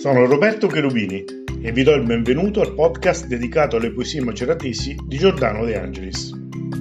Sono Roberto Cherubini e vi do il benvenuto al podcast dedicato alle poesie maceratesi di Giordano De Angelis.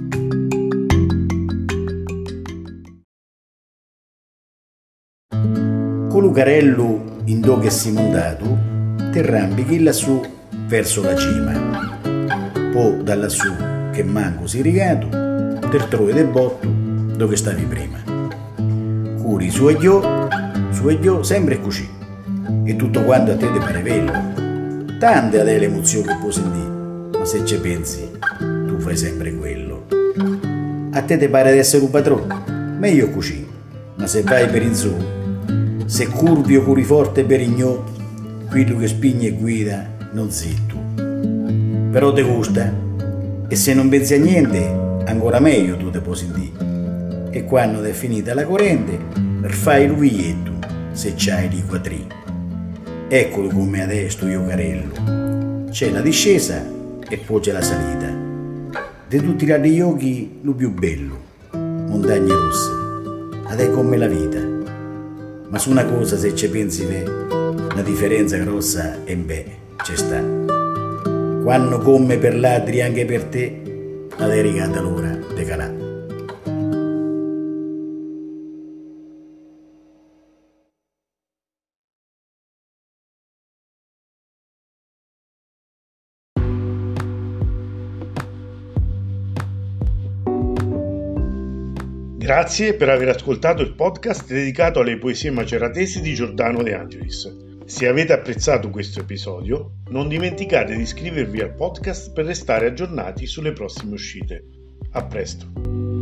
Con Lucarello in do che si mondato, terrambichi lassù verso la cima. Poi da lassù che manco si rigato, ter trovi del botto dove stavi prima. Curi su e io sempre così. E tutto quanto a te ti pare bello. Tante a te le emozioni che puoi sentire, ma se ci pensi, tu fai sempre quello. A te ti pare di essere un padrone, meglio così, ma se vai per il zoo, se curvi o curi forte per ignò, quello che spinge e guida non sei tu. Però ti gusta, e se non pensi a niente, ancora meglio tu ti puoi sentire. E quando è finita la corrente, fai il biglietto, se c'hai di quattrini. Eccolo come adesso io carello. C'è la discesa e poi c'è la salita. Di tutti gli occhi lo più bello. Montagne rosse. Ed è come la vita. Ma su una cosa se ci pensi te, una differenza grossa e c'è sta. Quando come per l'altri anche per te, ed è rigata l'ora de calà. Grazie per aver ascoltato il podcast dedicato alle poesie maceratesi di Giordano De Angelis. Se avete apprezzato questo episodio, non dimenticate di iscrivervi al podcast per restare aggiornati sulle prossime uscite. A presto!